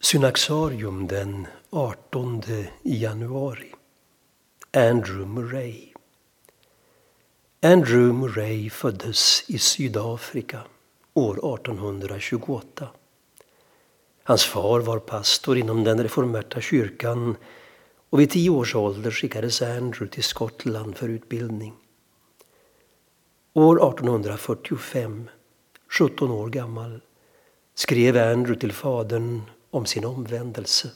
Synaxarium den 18 januari. Andrew Murray. Andrew Murray föddes i Sydafrika år 1828. Hans far var pastor inom den reformerta kyrkan och vid 10 års ålder skickades Andrew till Skottland för utbildning. År 1845, 17 år gammal, skrev Andrew till fadern om sin omvändelse.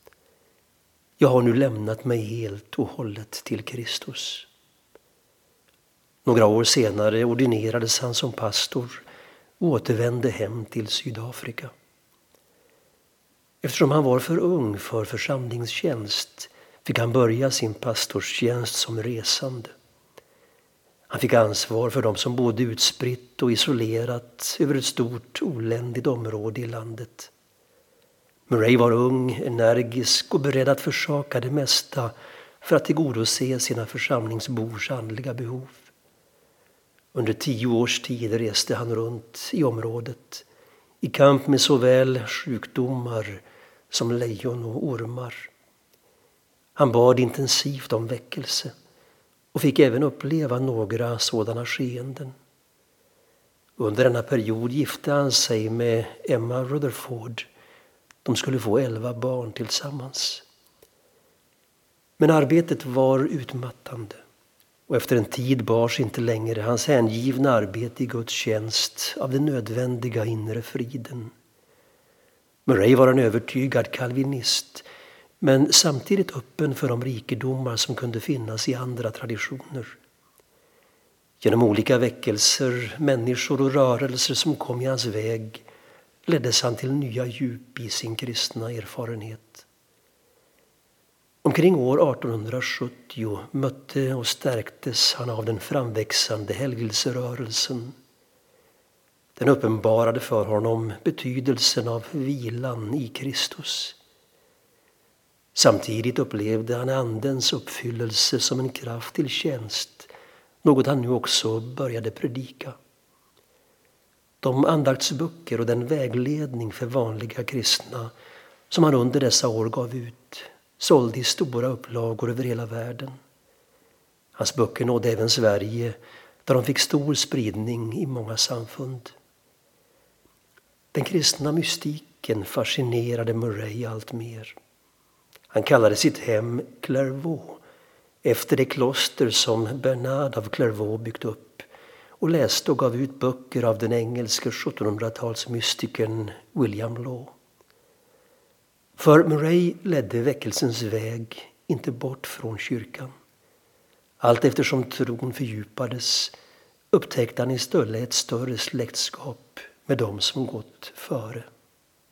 Jag har nu lämnat mig helt och hållet till Kristus. Några år senare ordinerades han som pastor och återvände hem till Sydafrika. Eftersom han var för ung för församlingstjänst fick han börja sin pastorstjänst som resande. Han fick ansvar för dem som bodde utspritt och isolerat över ett stort oländigt område i landet. Murray var ung, energisk och beredd att försaka det mesta för att tillgodose sina församlingsbors andliga behov. Under 10 års tid reste han runt i området i kamp med såväl sjukdomar som lejon och ormar. Han bad intensivt om väckelse och fick även uppleva några sådana skeenden. Under denna period gifte han sig med Emma Rutherford. De skulle få 11 barn tillsammans. Men arbetet var utmattande och efter en tid bars inte längre hans hängivna arbete i Guds tjänst av den nödvändiga inre friden. Murray var en övertygad kalvinist, men samtidigt öppen för de rikedomar som kunde finnas i andra traditioner. Genom olika väckelser, människor och rörelser som kom i hans väg leddes han till nya djup i sin kristna erfarenhet. Omkring år 1870 mötte och stärktes han av den framväxande helgelserörelsen. Den uppenbarade för honom betydelsen av vilan i Kristus. Samtidigt upplevde han andens uppfyllelse som en kraft till tjänst, något han nu också började predika. De andaktsböcker och den vägledning för vanliga kristna som han under dessa år gav ut sålde i stora upplagor över hela världen. Hans böcker nådde även Sverige, där de fick stor spridning i många samfund. Den kristna mystiken fascinerade Murray allt mer. Han kallade sitt hem Clairvaux efter det kloster som Bernard av Clairvaux byggt upp och läste och gav ut böcker av den engelske 1700-talsmystikern William Law. För Murray ledde väckelsens väg inte bort från kyrkan. Allt eftersom tron fördjupades upptäckte han istället ett större släktskap med dem som gått före.